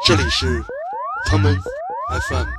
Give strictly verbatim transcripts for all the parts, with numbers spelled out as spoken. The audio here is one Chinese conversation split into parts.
这里是 Common F M。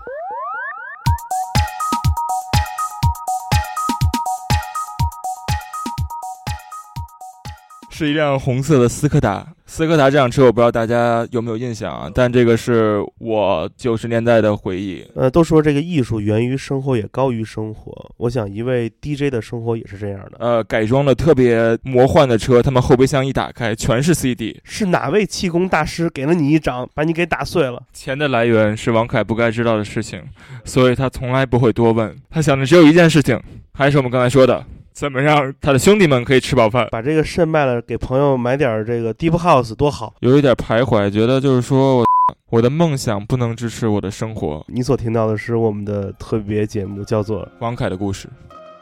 是一辆红色的斯柯达。斯柯达这辆车我不知道大家有没有印象啊，但这个是我九十年代的回忆。 呃，都说这个艺术源于生活，也高于生活。我想一位 D J 的生活也是这样的。 呃，改装了特别魔幻的车，他们后备箱一打开全是 C D。 是哪位气功大师给了你一掌，把你给打碎了？ 钱的来源是王凯不该知道的事情，所以他从来不会多问。他想的只有一件事情，还是我们刚才说的，怎么让他的兄弟们可以吃饱饭， 把这个肾卖了给朋友买点这个 Deep House 多好。 有一点徘徊，觉得就是说我我的梦想不能支持我的生活。 你所听到的是我们的特别节目，叫做王凯的故事。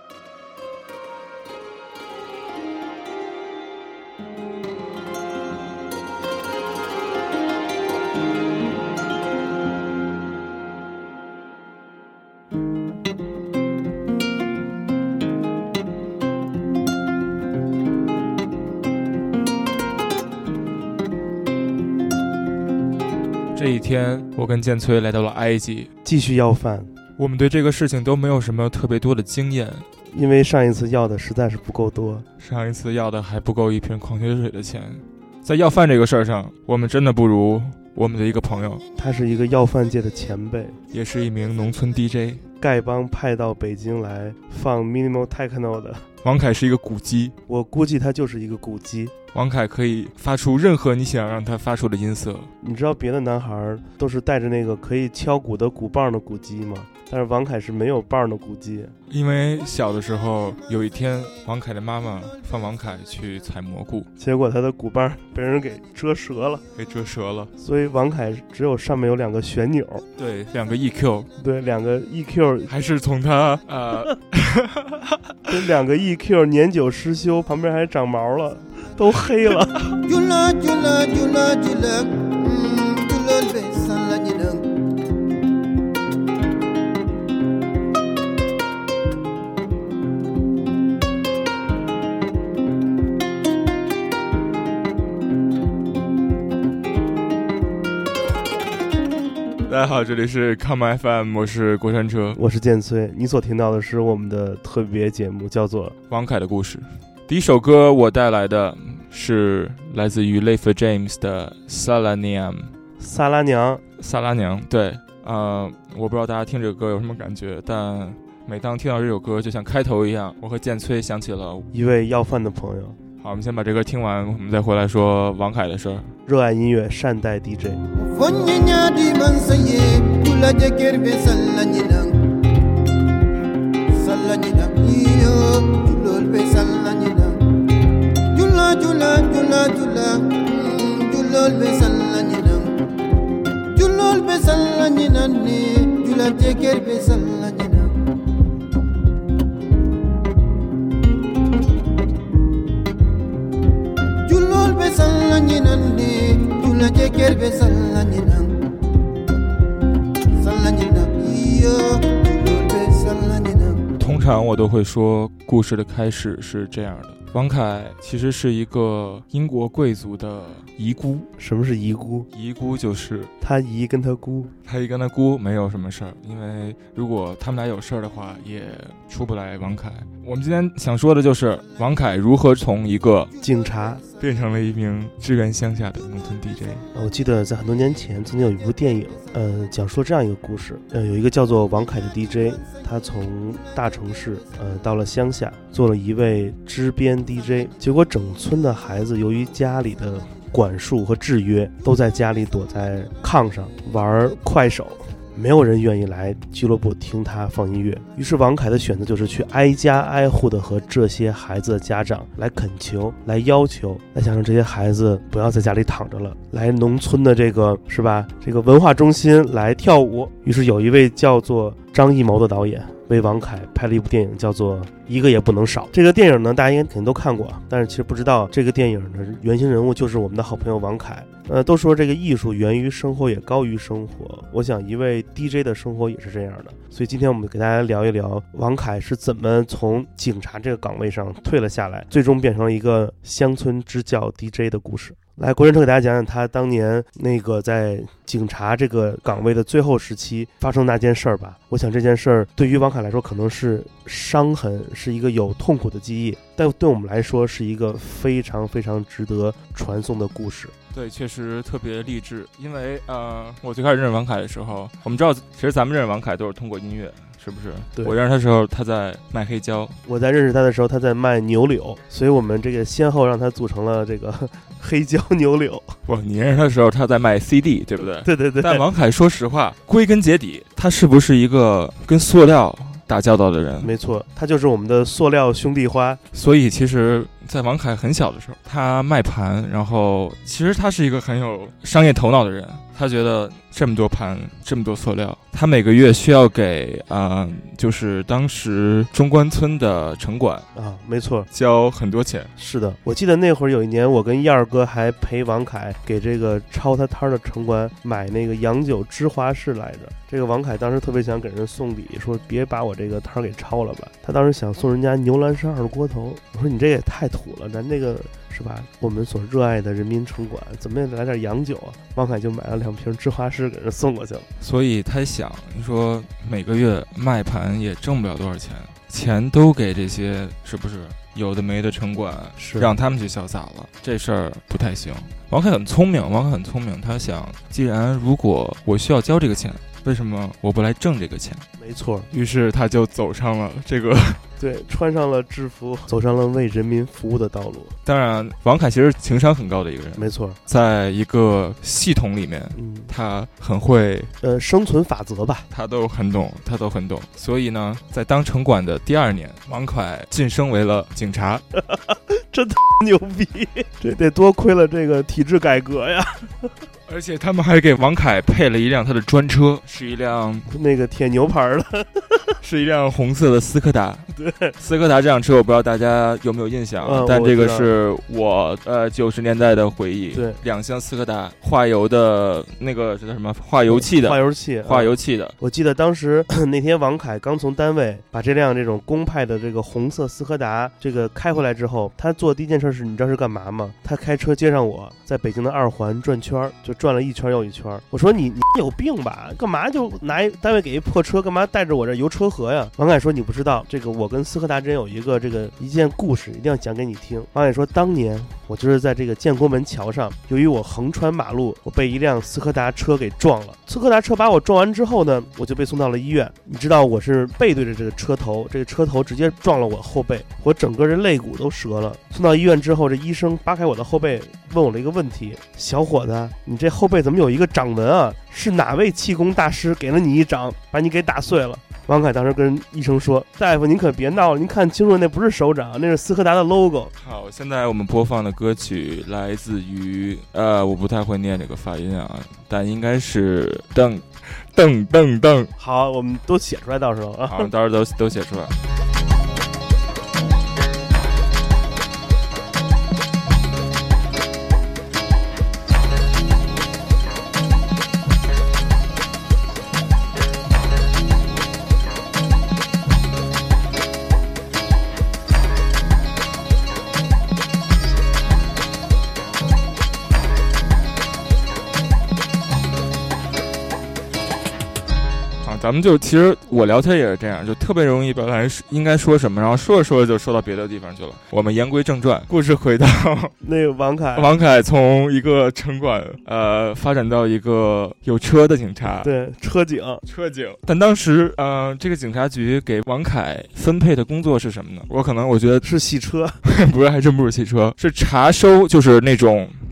这一天，我跟建崔来到了埃及， 继续要饭。 我们对这个事情都没有什么特别多的经验， 因为上一次要的实在是不够多， 上一次要的还不够一瓶矿泉水的钱。在要饭这个事儿上，我们真的不如我们的一个朋友， 他是一个要饭界的前辈， 也是一名农村 D J。 丐帮派到北京来放 minimal techno 的王凯是一个鼓机， 我估计他就是一个鼓机。 王凯可以发出任何你想让他发出的音色。 你知道别的男孩都是带着那个可以敲鼓的鼓棒的鼓机吗？但是王凯是没有棒的鼓机。 因为小的时候有一天，王凯的妈妈放王凯去采蘑菇， 结果他的鼓棒被人给折折了， 给折折了， 所以王凯只有上面有两个旋钮， 对，两个 E Q， 对，两个 E Q， 还是从他呃， 这两个 E Q 年久失修，旁边还长毛了，都黑了。 大家好，这里是 Come F M， 我是国山车， 我是建崔。你所听到的是我们的特别节目，叫做王凯的故事。第一首歌我带来的是来自于 Leif James 的 Salaniam。 萨拉娘， 萨拉娘，对，呃，我不知道大家听这个歌有什么感觉，但每当听到这首歌，就像开头一样，我和建崔想起了一位要饭的朋友。 好，我们先把这歌听完，我们再回来说王凯的事儿。 热爱音乐，善待 D J。 通常我都会说故事的开始是这样的，王凯其实是一个英国贵族的遗孤。 什么是遗孤？ 遗孤就是他姨跟他姑， 他姨跟他姑没有什么事儿，因为如果他们俩有事儿的话，也出不来王凯。我们今天想说的就是王凯如何从一个警察变成了一名支援乡下的农村 D J。 我记得在很多年前曾经有一部电影，呃，讲述这样一个故事，呃，有一个叫做王凯的 D J， 他从大城市，呃，到了乡下，做了一位支边 D J， 结果整村的孩子由于家里的管束和制约，都在家里躲在炕上玩快手，没有人愿意来俱乐部听他放音乐。于是王凯的选择就是去挨家挨户的和这些孩子的家长来恳求，来要求，来想让这些孩子不要在家里躺着了，来农村的这个是吧这个文化中心来跳舞。于是有一位叫做张艺谋的导演为王凯拍了一部电影，叫做一个也不能少。这个电影呢，大家应该肯定都看过，但是其实不知道这个电影的原型人物就是我们的好朋友王凯。呃，都说这个艺术源于生活，也高于生活。我想一位 D J 的生活也是这样的。所以今天我们给大家聊一聊王凯是怎么从警察这个岗位上退了下来，最终变成了一个乡村支教 D J 的故事。来，国人车给大家讲讲他当年那个在警察这个岗位的最后时期发生那件事儿吧。我想这件事儿对于王凯来说可能是伤痕，是一个有痛苦的记忆，但对我们来说是一个非常非常值得传颂的故事。 对，确实特别励志。因为呃，我最开始认识王凯的时候，我们知道其实咱们认识王凯都是通过音乐，是不是？ 对， 我认识他的时候他在卖黑胶， 我在认识他的时候他在卖牛柳，所以我们这个先后让他组成了这个黑胶牛柳。 不，你认识他的时候他在卖 C D， 对不对？ 对对对。 但王凯说实话，归根结底他是不是一个跟塑料打交道的人？ 没错，他就是我们的塑料兄弟花。 所以其实在王凯很小的时候他卖盘，然后其实他是一个很有商业头脑的人，他觉得这么多盘这么多塑料，他每个月需要给呃，就是当时中关村的城管啊，没错， 交很多钱。 是的，我记得那会儿有一年我跟燕儿哥还陪王凯给这个抄他摊的城管买那个洋酒芝华士来着。这个王凯当时特别想给人送礼，说别把我这个摊给抄了吧。他当时想送人家牛栏山二锅头，我说你这也太土了，咱这个是吧，我们所热爱的人民城管怎么也来点洋酒啊。王凯就买了两瓶芝华士给人送过去了。 所以他想，你说每个月卖盘也挣不了多少钱，钱都给这些是不是有的没的城管，是让他们去潇洒了，这事儿不太行。王凯很聪明，王凯很聪明，他想，既然如果我需要交这个钱，为什么我不来挣这个钱？ 没错， 于是他就走上了这个对，穿上了制服，走上了为人民服务的道路。 当然王凯其实情商很高的一个人， 没错， 在一个系统里面，嗯，他很会呃生存法则吧， 他都很懂，他都很懂。所以呢，在当城管的第二年，王凯晋升为了警察。 真的牛逼，这得多亏了这个体制改革呀。 而且他们还给王凯配了一辆他的专车，是一辆那个铁牛牌的， 是一辆红色的斯柯达。 对， 斯柯达这辆车我不知道大家有没有印象， 嗯、 但这个是我呃九十年代的回忆。 对， 两厢斯柯达，化油的那个是叫什么？化油器的， 化油器， 化油器的。 嗯、我记得当时那天王凯刚从单位把这辆这种公派的这个红色斯柯达这个开回来之后，他做的第一件事是，你知道是干嘛吗？他开车接上我，在北京的二环转圈，就转了一圈又一圈。我说你你有病吧？干嘛就拿一单位给一破车，干嘛带着我这油车河呀？王凯说你不知道，这个我跟斯柯达真有一个这个一件故事，一定要讲给你听。王凯说当年我就是在这个建国门桥上，由于我横穿马路，我被一辆斯柯达车给撞了。斯柯达车把我撞完之后呢，我就被送到了医院。你知道我是背对着这个车头，这个车头直接撞了我后背，我整个人肋骨都折了。送到医院之后，这医生扒开我的后背，问我了一个问题：小伙子，你这后背怎么有一个掌纹啊？是哪位气功大师给了你一掌，把你给打碎了？王凯当时跟医生说：大夫您可别闹了，您看清楚那不是手掌，那是斯柯达的 logo。 好，现在我们播放的歌曲来自于呃我不太会念这个发音啊，但应该是噔噔噔噔。 好，我们都写出来，到时候啊， 好，到时候都都写出来。咱们就其实我聊天也是这样，就特别容易表达应该说什么，然后说着说着就说到别的地方去了。我们言归正传，故事回到那个王凯， 王凯从一个城管呃发展到一个有车的警察， 对，车警， 车警。但当时呃这个警察局给王凯分配的工作是什么呢？我可能我觉得是洗车， 不是，还真不是洗车，是查收，就是那种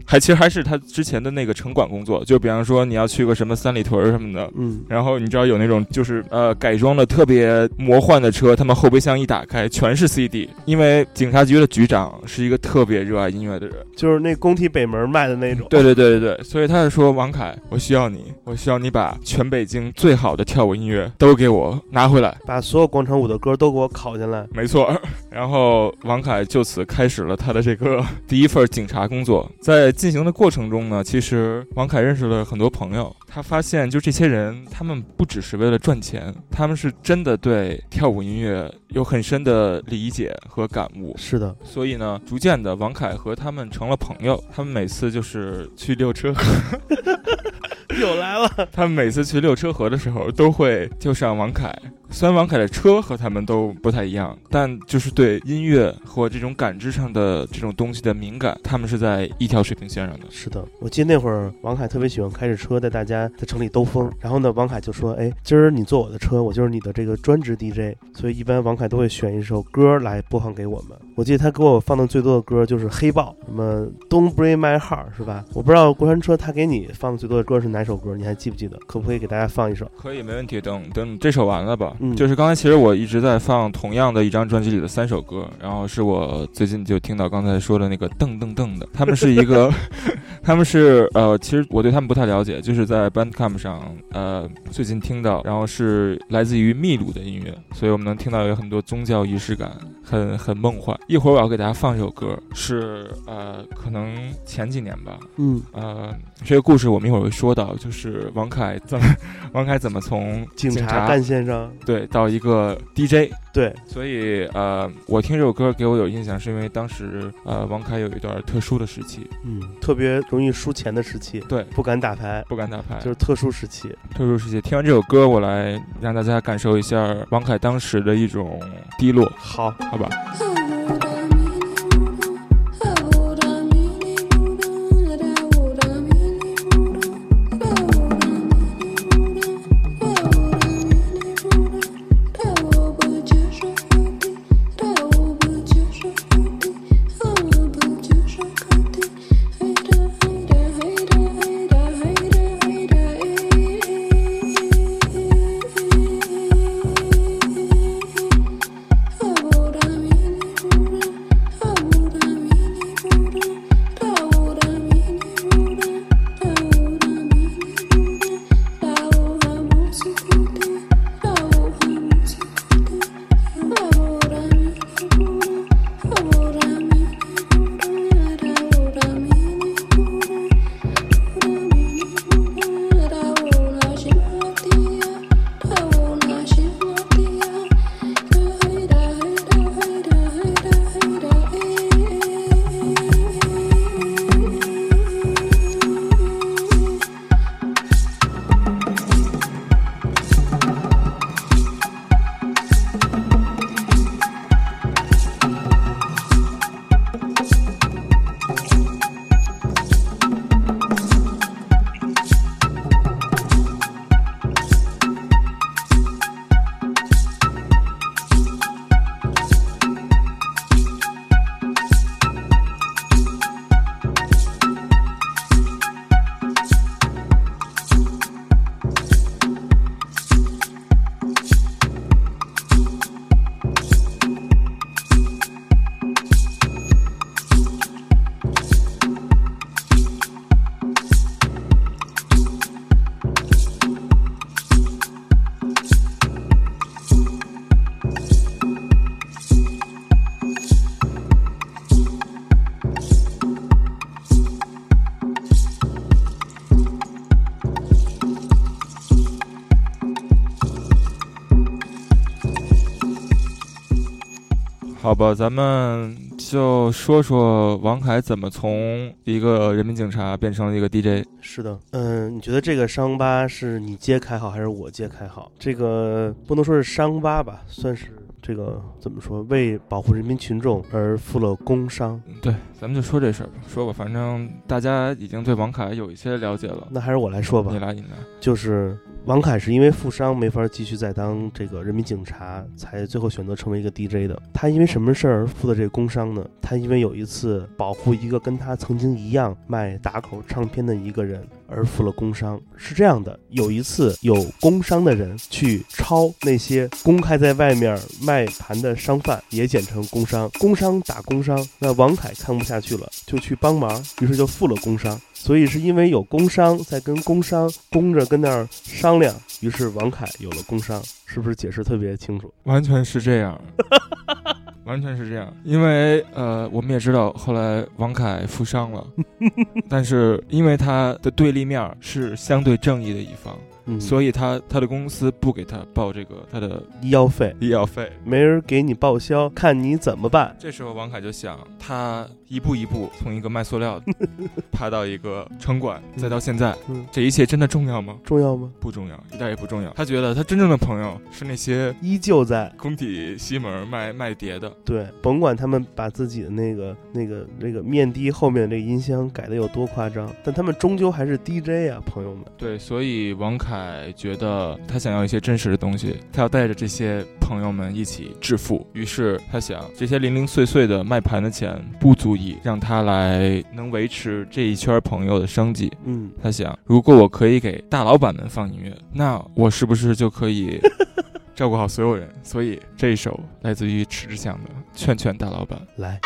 还其实还是他之前的那个城管工作，就比方说你要去个什么三里屯什么的， 嗯， 然后你知道有那种就是呃改装的特别魔幻的车，他们后备箱一打开全是 C D， 因为警察局的局长是一个特别热爱音乐的人， 就是那工体北门卖的那种。 对对对对对，所以他就说王凯，我需要你，我需要你把全北京最好的跳舞音乐都给我拿回来， 把所有广场舞的歌都给我拷进来。 没错。然后王凯就此开始了他的这个第一份警察工作。在进行的过程中呢，其实王凯认识了很多朋友，他发现就这些人他们不只是为了赚钱，他们是真的对跳舞音乐有很深的理解和感悟。 是的， 所以呢逐渐的王凯和他们成了朋友，他们每次就是去溜车河又来了， 他们每次去溜车河的时候都会就上王凯，虽然王凯的车和他们都不太一样，但就是对音乐和这种感知上的这种东西的敏感，他们是在一条水平线上的。 是的，我记得那会儿王凯特别喜欢开着车带大家在城里兜风，然后呢王凯就说，哎，今儿你坐我的车，我就是你的这个专职 D J， 所以一般王凯都会选一首歌来播放给我们。我记得他给我放的最多的歌就是黑豹，什么 Don't Break My Heart 是吧？我不知道过山车他给你放的最多的歌是哪首歌，你还记不记得？可不可以给大家放一首？ 可以，没问题。等等这首完了吧、 嗯、 就是刚才其实我一直在放同样的一张专辑里的三首歌，然后是我最近就听到刚才说的那个噔噔噔的，他们是一个他们是呃其实我对他们不太了解，就是在 Bandcamp 上呃最近听到，然后是来自于秘鲁的音乐，所以我们能听到有很多宗教仪式感，很很梦幻。一会儿我要给大家放一首歌，是呃可能前几年吧， 嗯呃这个故事我们一会儿会说到，就是王凯怎么王凯怎么从警察干线上对到一个 D J。 对， 所以呃，我听这首歌给我有印象，是因为当时呃，王凯有一段特殊的时期， 嗯，特别容易输钱的时期， 对， 不敢打牌， 不敢打牌， 就是特殊时期。 特殊时期，听完这首歌，我来让大家感受一下王凯当时的一种低落。 好， 好吧。好吧，咱们就说说王凯怎么从一个人民警察变成了一个 D J。 是的，嗯，你觉得这个伤疤是你揭开好还是我揭开好？这个不能说是伤疤吧，算是这个怎么说，为保护人民群众而负了工伤。 对，咱们就说这事儿吧，说吧，反正大家已经对王凯有一些了解了。 那还是我来说吧。 你来，你来。 就是王凯是因为负伤没法继续再当这个人民警察，才最后选择成为一个 D J 的。他因为什么事儿负的这个工伤呢？他因为有一次保护一个跟他曾经一样卖打口唱片的一个人而负了工伤。是这样的，有一次有工伤的人去抄那些公开在外面卖盘的商贩，也简称工伤，工伤打工伤。那王凯看不下去了，就去帮忙，于是就负了工伤。所以是因为有工伤，在跟工商公着跟那儿商量，于是王凯有了工伤。是不是解释特别清楚？ 完全是这样。完全是这样，因为呃，我们也知道后来王凯负伤了，但是因为他的对立面是相对正义的一方，嗯、所以他他的公司不给他报这个他的医药费， 医药费没人给你报销，看你怎么办。 这时候王凯就想，他一步一步从一个卖塑料的爬到一个城管，再到现在、嗯，这一切真的重要吗？ 重要吗？ 不重要，一点也不重要。他觉得他真正的朋友是那些依旧在工体西门卖卖碟的。 对，甭管他们把自己的那个那个那个面的后面的这个音箱改得有多夸张，但他们终究还是 D J 啊，朋友们。 对，所以王凯觉得他想要一些真实的东西，他要带着这些朋友们一起致富。于是他想，这些零零碎碎的卖盘的钱不足以让他来能维持这一圈朋友的生计。 嗯， 他想，如果我可以给大老板们放音乐，那我是不是就可以照顾好所有人？所以这一首来自于迟志强的《劝劝大老板》。 来。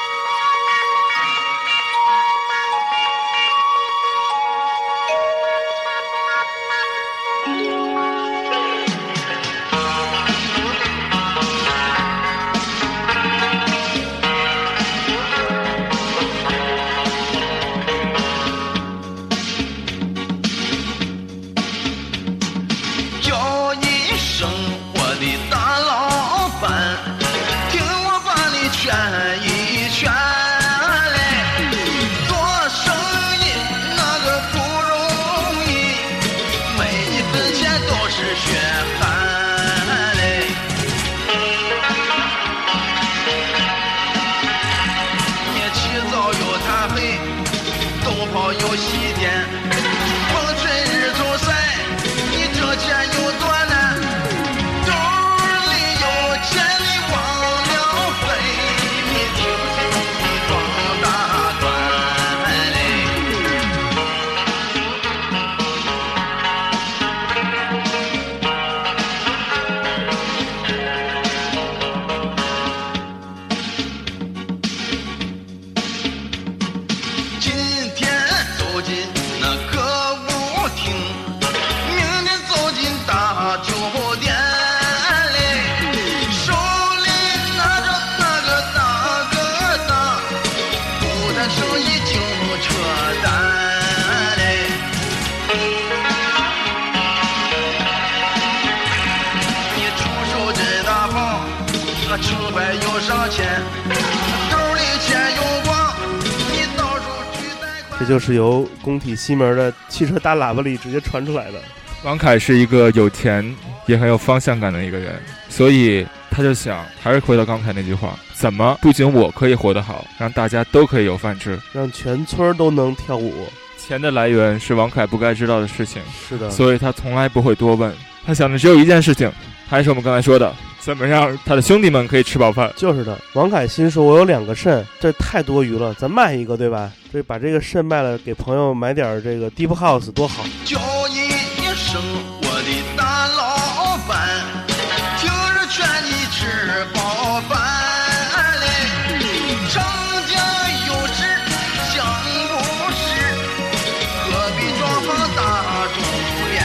这就是由工体西门的汽车大喇叭里直接传出来的。 王凯是一个有钱也很有方向感的一个人，所以他就想，还是回到刚才那句话，怎么不仅我可以活得好，让大家都可以有饭吃， 让全村都能跳舞。 钱的来源是王凯不该知道的事情， 是的， 所以他从来不会多问。他想的只有一件事情，还是我们刚才说的，怎么让他的兄弟们可以吃饱饭。 就是的，王凯心说，我有两个肾，这太多余了，咱卖一个，对吧？这把这个肾卖了，给朋友买点这个 Deep House 多好。 叫你一声我的大老板，听着劝你吃饱饭嘞，长江有时想不是，何必装放大众脸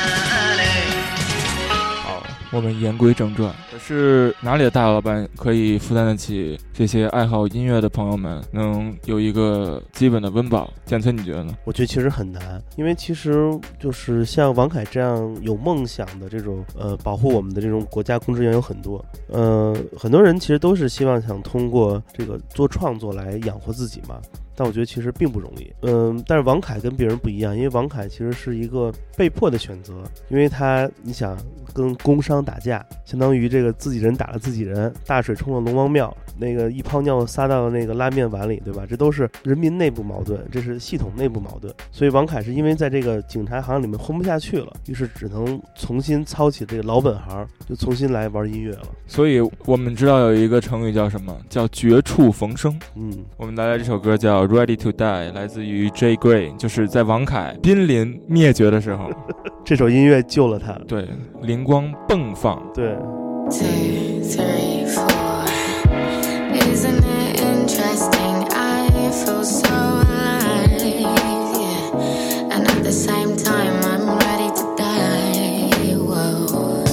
嘞。 好，我们言归正传，可是哪里的大老板可以负担得起这些爱好音乐的朋友们能有一个基本的温饱？建崔，你觉得呢？ 我觉得其实很难，因为其实就是像王凯这样有梦想的这种呃保护我们的这种国家公职员有很多，呃，很多人其实都是希望想通过这个做创作来养活自己嘛。 但我觉得其实并不容易。嗯，但是王凯跟别人不一样，因为王凯其实是一个被迫的选择，因为他你想跟工商打架，相当于这个自己人打了自己人，大水冲了龙王庙，那个一泡尿撒到那个拉面碗里，对吧？这都是人民内部矛盾，这是系统内部矛盾。所以王凯是因为在这个警察行里面混不下去了，于是只能重新操起这个老本行，就重新来玩音乐了。 所以我们知道有一个成语叫什么？叫绝处逢生。 嗯， 我们带来这首歌叫 Ready to Die， 来自于 Jay Gray， 就是在王凯濒临灭绝的时候这首音乐救了他。 对，灵光迸放。 对。 Two, three, four. Isn't it interesting? I feel so alive, yeah. And at the same time, I'm ready to die. Whoa.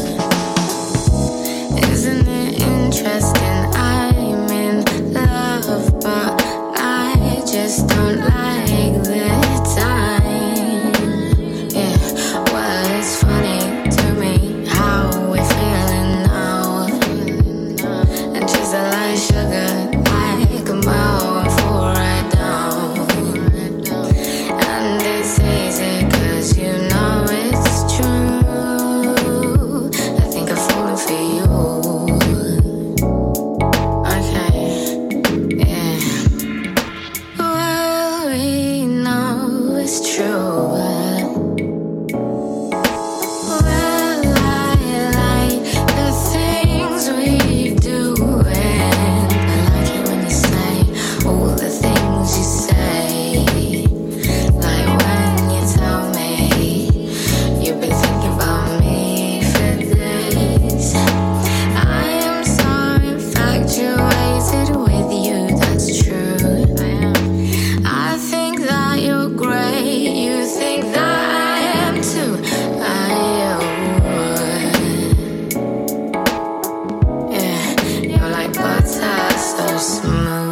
Isn't it interesting? I'm in love, but I just don't like the time. Yeah, well, it's funny to me how we're feeling now. And she's a light sugar, like a mountain for right down. And it's easy 'cause you know it's true. I think I've fallen for you. Okay, yeah. Well, we know it's true. Well, I like the things we do, and I like it when you say all the things you say. Like when you tell me you've been thinking about me for days. I am so infatuated with you, that's true. I think that you're great, you think that I am too. I am. Yeah, you're like butter, so smooth.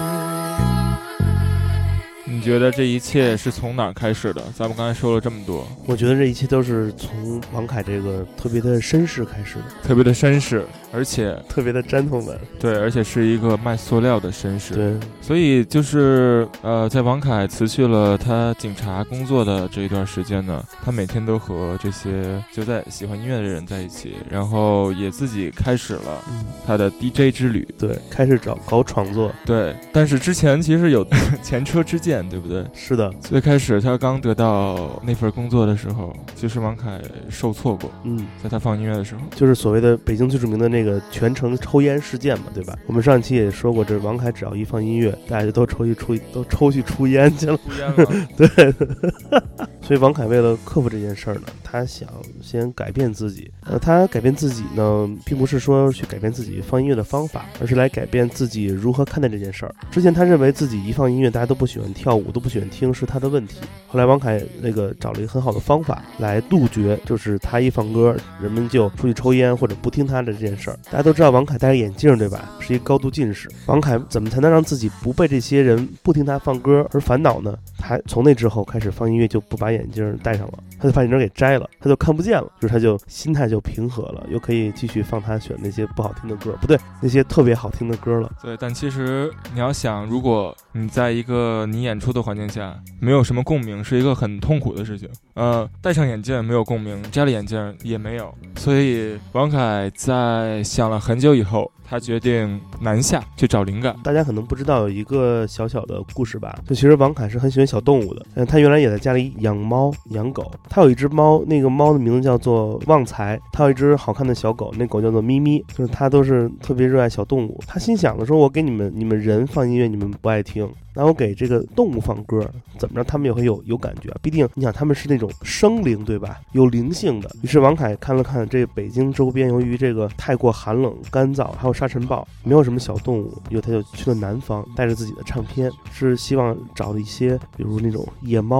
你觉得这一切是从哪儿开始的？咱们刚才说了这么多， 我觉得这一切都是从王凯这个特别的绅士开始的， 特别的绅士，而且特别的gentleman。 对，而且是一个卖塑料的绅士。 对， 所以就是呃，在王凯辞去了他警察工作的这一段时间呢，他每天都和这些就在喜欢音乐的人在一起，然后也自己开始了他的 D J 之旅。 对，开始找搞创作。 对，但是之前其实有前车之鉴，对不对？ 是的。 最开始他刚得到那份工作的时候，其实王凯受挫过。 嗯， 在他放音乐的时候， 就是所谓的北京最著名的那个全程抽烟事件嘛，对吧？我们上期也说过，这王凯只要一放音乐，大家就都抽去出都抽去出烟去了。 出烟了。 对。所以王凯为了克服这件事儿呢，他想先改变自己。呃，他改变自己呢，并不是说去改变自己放音乐的方法，而是来改变自己如何看待这件事儿。之前他认为自己一放音乐，大家都不喜欢跳舞，都不喜欢听，是他的问题。后来王凯那个找了一个很好的方法来杜绝，就是他一放歌，人们就出去抽烟或者不听他的这件事儿。大家都知道王凯戴着眼镜，对吧？是一个高度近视。王凯怎么才能让自己不被这些人不听他放歌而烦恼呢？他从那之后开始放音乐就不把眼镜戴上了，他就把眼镜给摘了，他就看不见了，就是他就心态就平和了，又可以继续放他选那些不好听的歌，不对，那些特别好听的歌了。 对，但其实你要想，如果你在一个你演出的环境下没有什么共鸣，是一个很痛苦的事情。呃，戴上眼镜没有共鸣，摘了眼镜也没有。所以王凯在想了很久以后，他决定南下去找灵感。 大家可能不知道有一个小小的故事吧，就其实王凯是很喜欢小动物的。嗯，他原来也在家里养猫养狗，他有一只猫，那个猫的名字叫做旺财，他有一只好看的小狗，那狗叫做咪咪，就是他都是特别热爱小动物。他心想的说，我给你们你们人放音乐你们不爱听，然后我给这个动物放歌，怎么着他们也会有有感觉啊？毕竟你想他们是那种生灵，对吧？有灵性的。于是王凯看了看这北京周边，由于这个太过寒冷干燥，还有沙尘暴，没有什么小动物，于是他就去了南方，带着自己的唱片，是希望找一些比如那种野猫啊、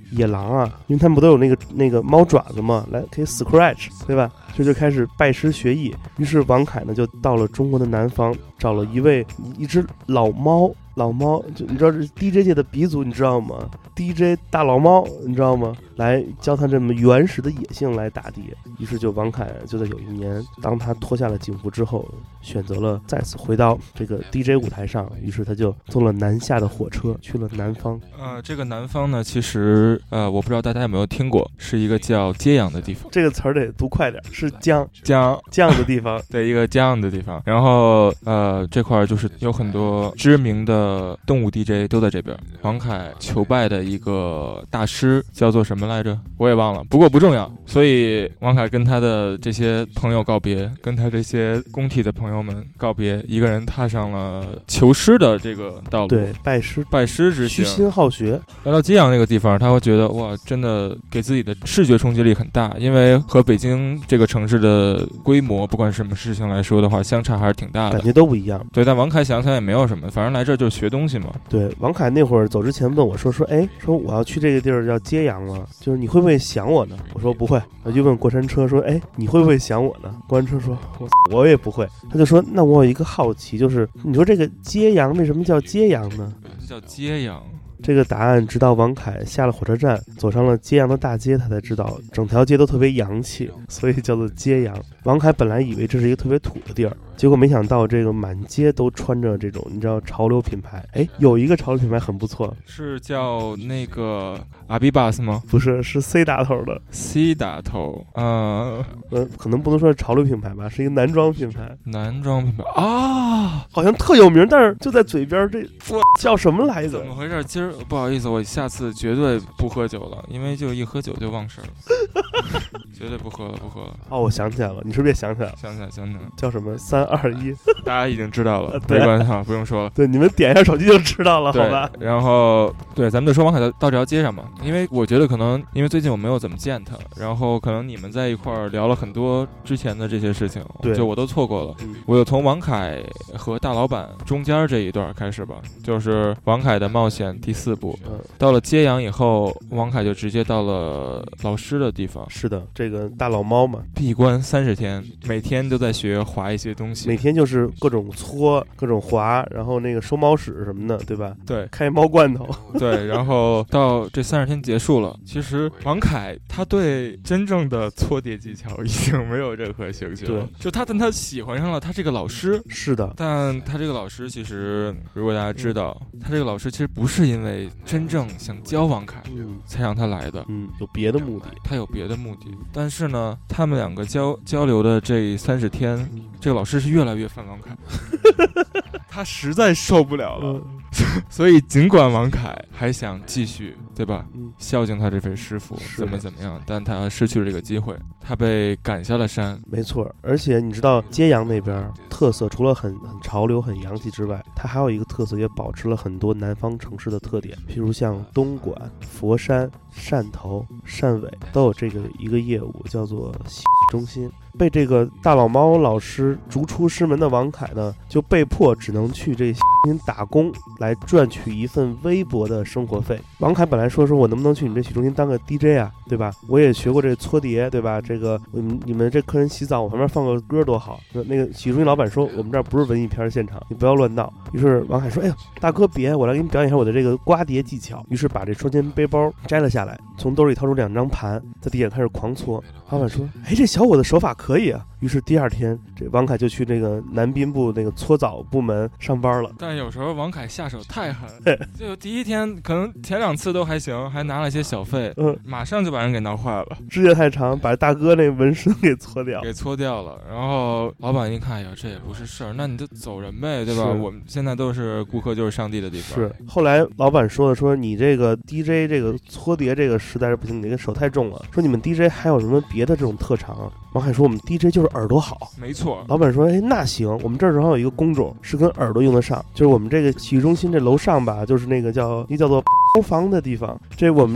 野狼啊，因为他们不都有那个那个猫爪子嘛，来可以 scratch 对吧？这就开始拜师学艺。于是王凯呢就到了中国的南方，找了一位一只老猫。老猫，就你知道这 D J 界的鼻祖，你知道吗 ？D J 大老猫，你知道吗？来教他这么原始的野性来打碟。于是就王凯就在有一年，当他脱下了警服之后，选择了再次回到这个 D J 舞台上。于是他就坐了南下的火车去了南方。 呃，这个南方呢，其实呃，我不知道大家有没有听过，是一个叫揭阳的地方。 这个词儿得读快点，是江江江的地方， 对，一个江的地方。然后呃，这块就是有很多知名的。呃，动物 D J 都在这边。王凯求拜的一个大师叫做什么来着？我也忘了，不过不重要。所以王凯跟他的这些朋友告别，跟他这些工体的朋友们告别，一个人踏上了求师的这个道路。 对，拜师拜师之行， 虚心好学。 来到揭阳那个地方，他会觉得哇，真的给自己的视觉冲击力很大，因为和北京这个城市的规模，不管什么事情来说的话，相差还是挺大的， 感觉都不一样。 对，但王凯想想也没有什么，反正来这儿就是学东西嘛。 对，王凯那会儿走之前问我说说，哎，说我要去这个地儿叫揭阳了，就是你会不会想我呢？我说不会。我就问过山车说，哎，你会不会想我呢？过山车说，我我也不会。他就说，那我有一个好奇，就是你说这个揭阳为什么叫揭阳呢？ 这叫揭阳。 这个答案直到王凯下了火车站，走上了揭阳的大街，他才知道整条街都特别洋气，所以叫做揭阳。王凯本来以为这是一个特别土的地儿，结果没想到这个满街都穿着这种你知道潮流品牌。哎，有一个潮流品牌很不错， 是叫那个阿比巴斯吗？ 不是，是 C 打头的。 C 打头，呃， 呃，可能不能说是潮流品牌吧，是一个男装品牌。 男装品牌啊， 好像特有名，但是就在嘴边，这叫什么来着？ 怎么回事？今儿不好意思，我下次绝对不喝酒了，因为就一喝酒就忘事儿了，绝对不喝了，不喝了。 哦，我想起来了，你是不是也想起来了？ 想起来，想起来了， 叫什么？三二一， 大家已经知道了，没关系哈，不用说了。 对，你们点一下手机就知道了，好吧？ 然后，对，咱们就说王凯到到这条街上嘛，因为我觉得可能，因为最近我没有怎么见他，然后可能你们在一块儿聊了很多之前的这些事情， 对， 就我都错过了。 嗯、 我就从王凯和大老板中间这一段开始吧，就是王凯的冒险第四部。 嗯， 到了揭阳以后，王凯就直接到了老师的地方。 是的，这个大老猫嘛， 闭关三十天，每天都在学划一些东西， 每天就是各种搓、各种划，然后那个收猫屎什么的，对吧？ 对， 开猫罐头。 对，然后到这三十天结束了，其实王凯他对真正的搓碟技巧已经没有任何兴趣了。对，就他但他喜欢上了他这个老师。 是的， 但他这个老师其实，如果大家知道，嗯、他这个老师其实不是因为真正想教王凯，嗯，才让他来的， 嗯，有别的目的， 他有别的目的。但是呢，他们两个交交流的这三十天，嗯、这个老师是越来越烦王凯，他实在受不了了，嗯、所以尽管王凯还想继续，对吧？嗯，孝敬他这位师傅，怎么怎么样，但他失去了这个机会，他被赶下了山。 没错，而且你知道揭阳那边特色，除了很很潮流、很洋气之外，它还有一个特色，也保持了很多南方城市的特点，譬如像东莞、佛山、汕头、汕尾都有这个一个业务，叫做洗中心。被这个大老猫老师逐出师门的王凯呢，就被迫只能去这洗中心打工，来赚取一份微薄的生活费。王凯本来说说我能不能去你这洗中心当个 D J 啊，对吧？我也学过这搓碟，对吧？这个你们你们这客人洗澡，我旁边放个歌多好。那个洗中心老板说，我们这儿不是文艺片现场，你不要乱闹。于是王凯说，哎呀，大哥别，我来给你表演一下我的这个刮碟技巧。于是把这双肩背包摘了下来，从兜里掏出两张盘，在地上开始狂搓。老板说，哎，这小伙子手法可以啊。于是第二天，这王凯就去那个男宾部那个搓澡部门上班了。 但有时候王凯下手太狠，就第一天可能前两次都还行，还拿了些小费，嗯，马上就把人给闹坏了。 指甲太长，把大哥那纹身给搓掉， 给搓掉了。然后老板一看，哎呀，这也不是事儿，那你就走人呗，对吧？我们现在都是顾客，就是上帝的地方。 是。后来老板说的，说你这个 D J 这个搓碟这个实在是不行，你这个手太重了。说你们 D J 还有什么别的这种特长？王凯说我们 D J 就是耳朵好。 没错。 老板说，哎，那行，我们这儿正好有一个工种是跟耳朵用得上，就是我们这个洗浴中心这楼上吧，就是那个叫一叫做包房的地方。这我们这个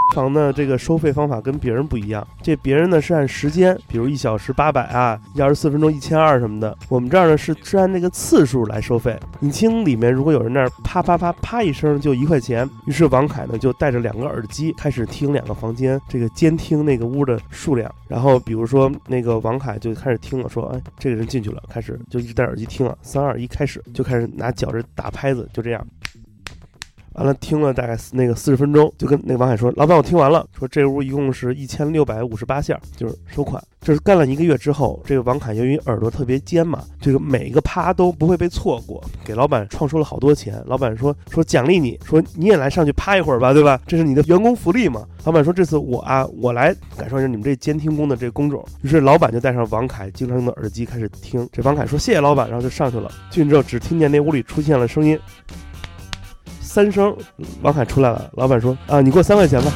房的这个收费方法跟别人不一样，这别人呢是按时间，比如一小时八百啊，一二十四分钟一千二什么的。我们这儿呢是是按那个次数来收费。你听里面如果有人那儿啪啪啪啪一声就一块钱，于是王凯呢就带着两个耳机开始听两个房间这个监听那个屋的数量，然后比如说那个王凯就开始听了，说哎这个人进去了，开始就一直戴耳机听了，三二一开始就开始拿脚这打拍子，就这样。完了，听了大概那个四十分钟，就跟那个王凯说：“老板，我听完了，说这屋一共是一千六百五十八下，就是收款。”这是干了一个月之后，这个王凯由于耳朵特别尖嘛，这个每一个趴都不会被错过，给老板创收了好多钱。老板说：“说奖励你，说你也来上去趴一会儿吧，对吧？这是你的员工福利嘛。”老板说：“这次我啊，我来感受一下你们这监听工的这个工种。”于是老板就带上王凯经常用的耳机开始听。这王凯说：“谢谢老板。”然后就上去了。进去之后，只听见那屋里出现了声音。三声，王凯出来了。老板说：“啊，你给我三块钱吧。”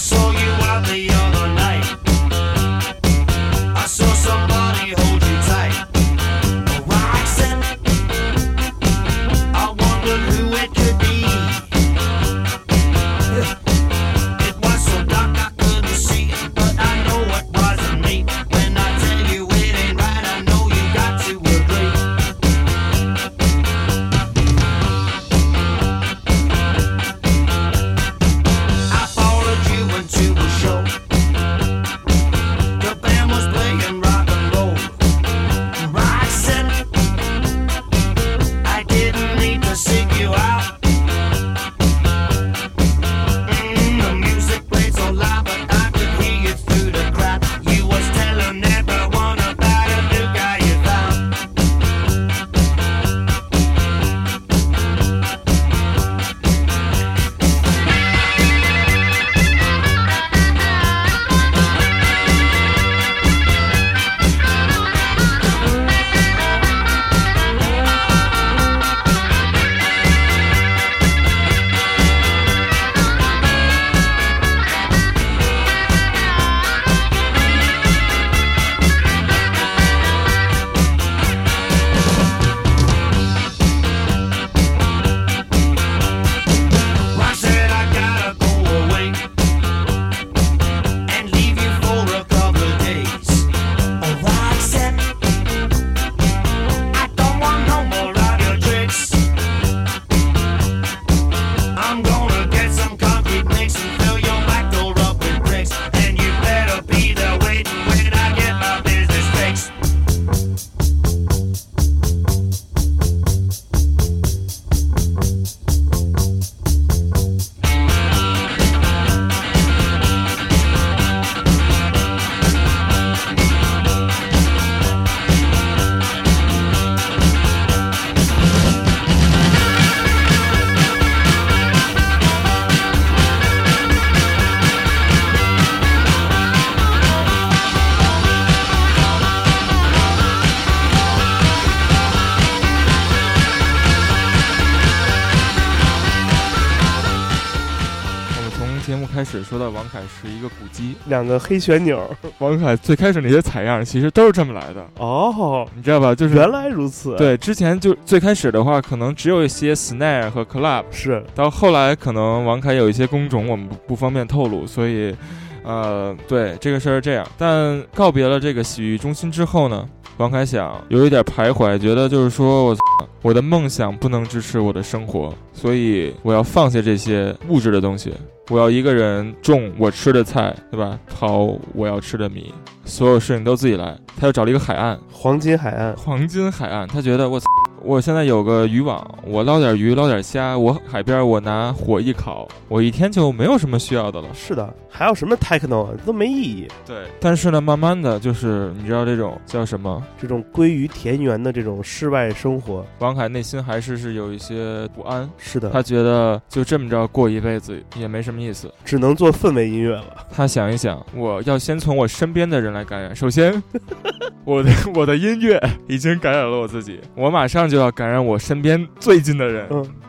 节目开始说到王凯是一个古籍， 两个黑旋钮。 王凯最开始那些采样其实都是这么来的哦， 你知道吧？就是原来如此。 对，之前就最开始的话，可能只有一些 snare 和 club， 是到后来可能王凯有一些工种我们不不方便透露，所以呃，对这个事儿这样。但告别了这个洗浴中心之后呢，王凯想有一点徘徊，觉得就是说我我的梦想不能支持我的生活，所以我要放下这些物质的东西，我要一个人种我吃的菜，对吧？淘我要吃的米，所有事情都自己来。他又找了一个海岸， 黄金海岸， 黄金海岸。他觉得我我现在有个渔网，我捞点鱼捞点虾，我海边我拿火一烤，我一天就没有什么需要的了。 是的，还有什么 techno 都没意义。 对，但是呢，慢慢的就是你知道这种叫什么？ 这种归于田园的这种室外生活， 王凯内心还是是有一些不安。 是的， 他觉得就这么着过一辈子也没什么意思， 只能做氛围音乐了。 他想一想，我要先从我身边的人来感染。首先，我的我的音乐已经感染了我自己，我马上就要感染我身边最近的人。 嗯，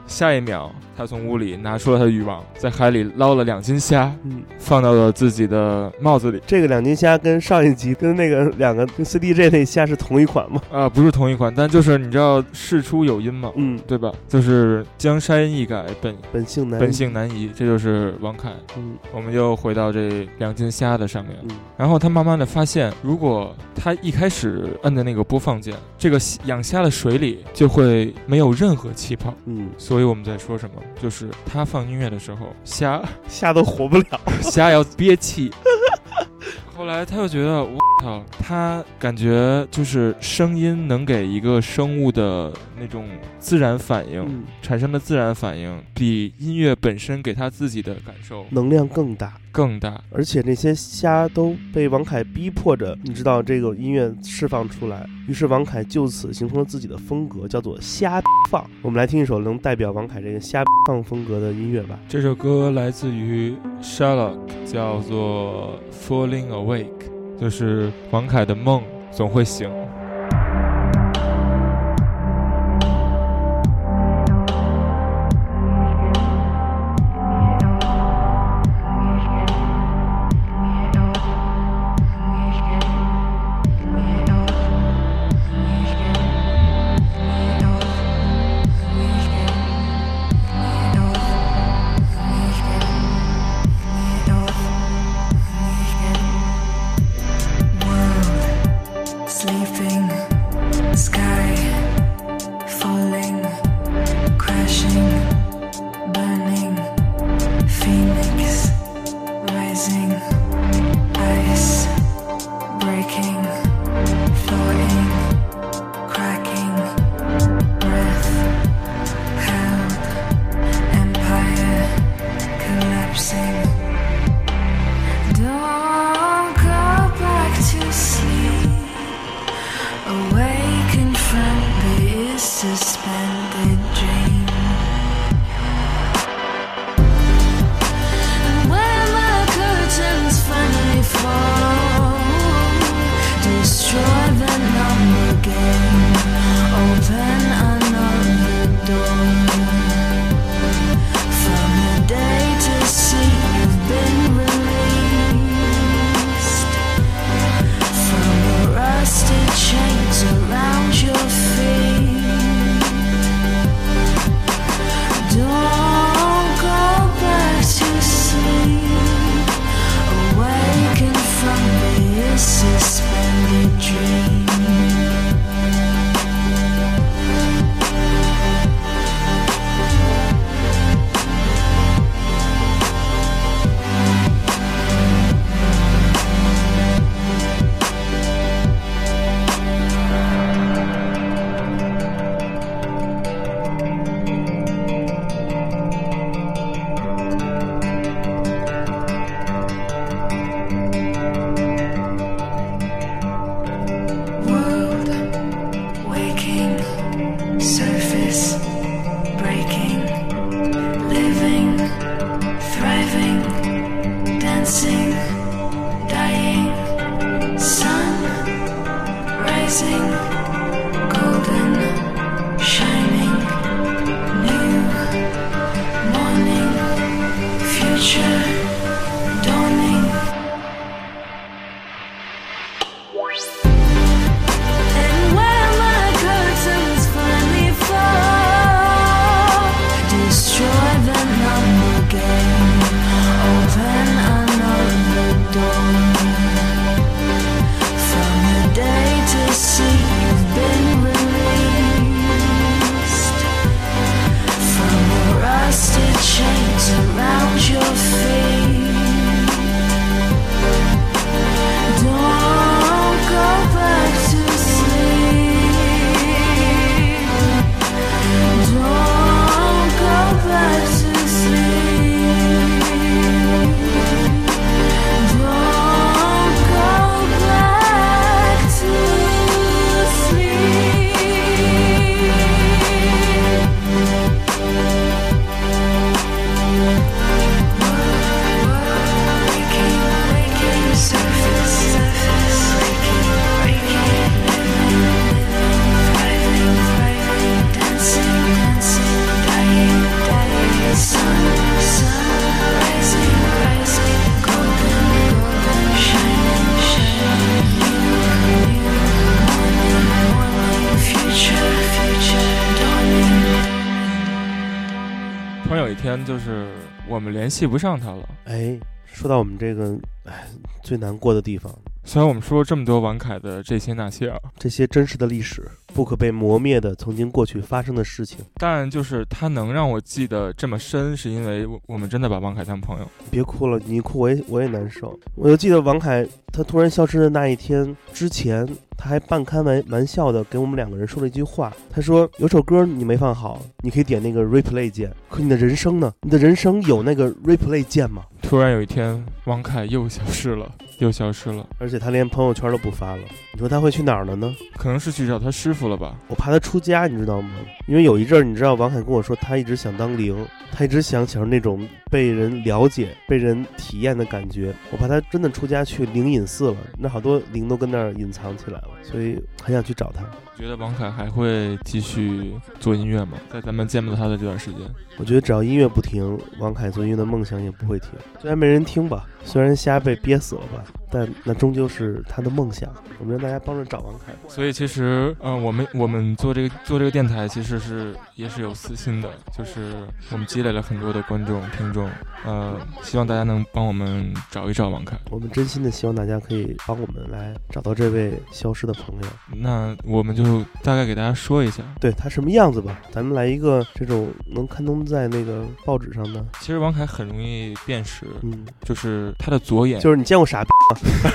下一秒他从屋里拿出了他的渔网，在海里捞了两斤虾， 嗯， 放到了自己的帽子里。 这个两斤虾跟上一集跟那个两个跟 C D J 那虾是同一款吗？ 啊、不是同一款，但就是你知道事出有因嘛， 嗯， 对吧？就是江山易改，本本性难移本性难移，这就是王凯。 嗯我们又回到这两斤虾的上面， 嗯然后他慢慢的发现，如果他一开始摁的那个播放键，这个养虾的水里就会没有任何气泡。 嗯， 所以我们在说什么？就是他放音乐的时候，虾虾都活不了。 虾要憋气。后来他又觉得，我操，他感觉就是声音能给一个生物的那种自然反应、 嗯， 产生的自然反应，比音乐本身给他自己的感受能量更大。 更大。 而且那些虾都被王凯逼迫着，你知道这个音乐释放出来，于是王凯就此形成了自己的风格，叫做虾放。我们来听一首能代表王凯这个虾放风格的音乐吧。 这首歌来自于 Sherlock， 叫做 Falling Awake， 就是王凯的梦总会醒。 Chains around your feet. 天就是我们联系不上他了。 哎，说到我们这个哎最难过的地方， 虽然我们说了这么多王凯的这些那些啊， 这些真实的历史，不可被磨灭的曾经过去发生的事情， 但就是他能让我记得这么深，是因为我们真的把王凯当朋友。 别哭了，你一哭我也我也难受。我就记得王凯他突然消失的那一天之前，他还半开玩玩笑的给我们两个人说了一句话，他说有首歌你没放好，你可以点那个 replay 键，可你的人生呢？你的人生有那个 replay 键吗？ 突然有一天，王凯又消失了，又消失了， 而且他连朋友圈都不发了。你说他会去哪儿了呢？ 可能是去找他师傅了吧。 我怕他出家，你知道吗？因为有一阵儿，你知道王凯跟我说，他一直想当零，他一直想享受那种被人了解、被人体验的感觉。我怕他真的出家去灵隐寺了，那好多灵都跟那儿隐藏起来了，所以很想去找他。 觉得王凯还会继续做音乐吗？在咱们见不到他的这段时间， 我觉得只要音乐不停，王凯做音乐的梦想也不会停。虽然没人听吧，虽然瞎被憋死了吧，但那终究是他的梦想。我们让大家帮着找王凯。 所以其实，呃，我们我们做这个做这个电台，其实是也是有私心的，就是我们积累了很多的观众听众，呃，希望大家能帮我们找一找王凯。 我们真心的希望大家可以帮我们来找到这位消失的朋友。 那我们就大概给大家说一下， 对他什么样子吧，咱们来一个这种能刊登在那个报纸上的。 其实王凯很容易辨识， 嗯， 就是他的左眼， 就是你见过傻逼吗？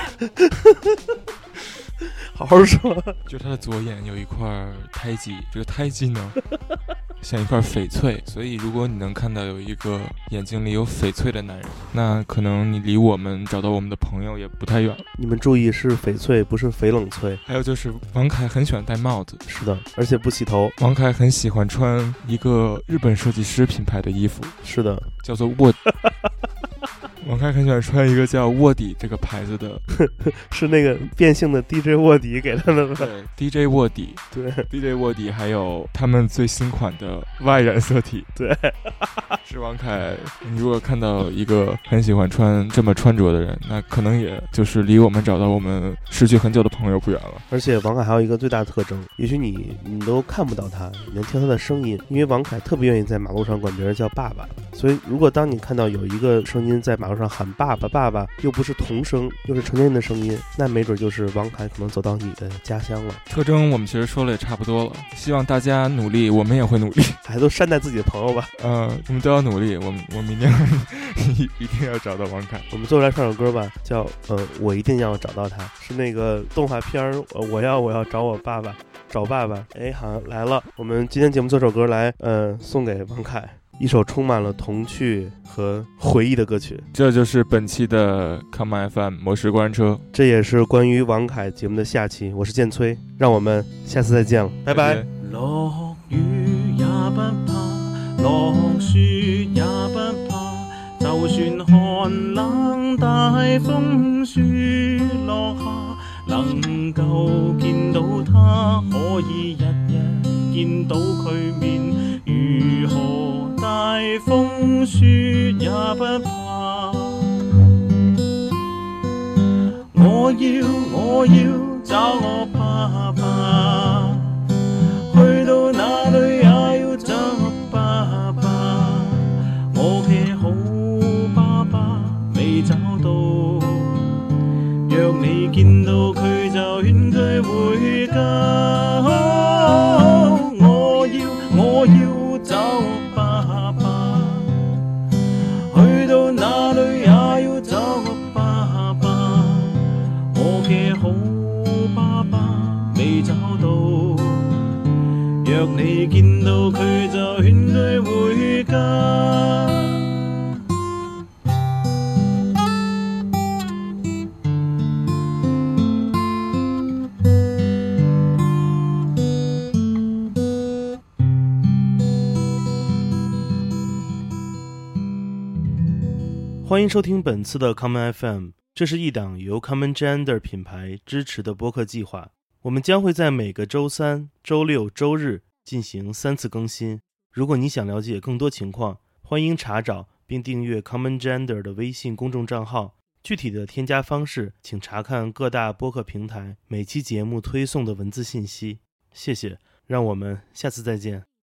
好好说。 就他的左眼有一块胎记，这个胎记呢像一块翡翠，所以如果你能看到有一个眼睛里有翡翠的男人，那可能你离我们找到我们的朋友也不太远。 你们注意，是翡翠，不是翡冷翠。 还有就是王凯很喜欢戴帽子， 是的，而且不洗头。 王凯很喜欢穿一个日本设计师品牌的衣服， 是的， 叫做卧王凯很喜欢穿一个叫卧底这个牌子的是那个变性的 D J 卧底给他的吧？ 对 D J 卧底， 对 D J 卧底，还有他们最新款的 Y 染色体， 对， 是王凯。你如果看到一个很喜欢穿这么穿着的人，那可能也就是离我们找到我们失去很久的朋友不远了。 而且王凯还有一个最大的特征，也许你你都看不到他，你能听他的声音，因为王凯特别愿意在马路上管别人叫爸爸。所以如果当你看到有一个声音在马路上喊爸爸爸爸，又不是童声，又是成年人的声音，那没准就是王凯可能走到你的家乡了。 特征我们其实说了也差不多了，希望大家努力，我们也会努力， 还都善待自己的朋友吧。 呃，我们都要努力，我们我明天一一定要找到王凯。 我们最后来唱首歌吧，叫呃我一定要找到他，是那个动画片儿、呃、我要我要找我爸爸，找爸爸。哎，好像来了。我们今天节目做首歌来呃送给王凯，一首充满了童趣和回忆的歌曲。 这就是本期的 Come F M 模式过山车， 这也是关于王凯节目的下期。我是建崔，让我们下次再见了，拜拜。 落雨也不怕，落雪也不怕，就算寒冷大風雪落下，能夠見到他，可以日日見到佢面，如何大風雪也不怕。我要我要找我爸爸，去到哪裏也要找爸爸。我嘅好爸爸未找到，若你見到佢就勸佢回家。我要我要找爸爸，去到哪裏也要找爸爸。我嘅好爸爸未找到，若你見到佢就勸佢回家。 欢迎收听本次的 Common F M， 这是一档由 Common Gender 品牌支持的播客计划。我们将会在每个周三、周六、周日进行三次更新。如果你想了解更多情况，欢迎查找并订阅 Common Gender 的微信公众账号。具体的添加方式，请查看各大播客平台每期节目推送的文字信息。谢谢，让我们下次再见。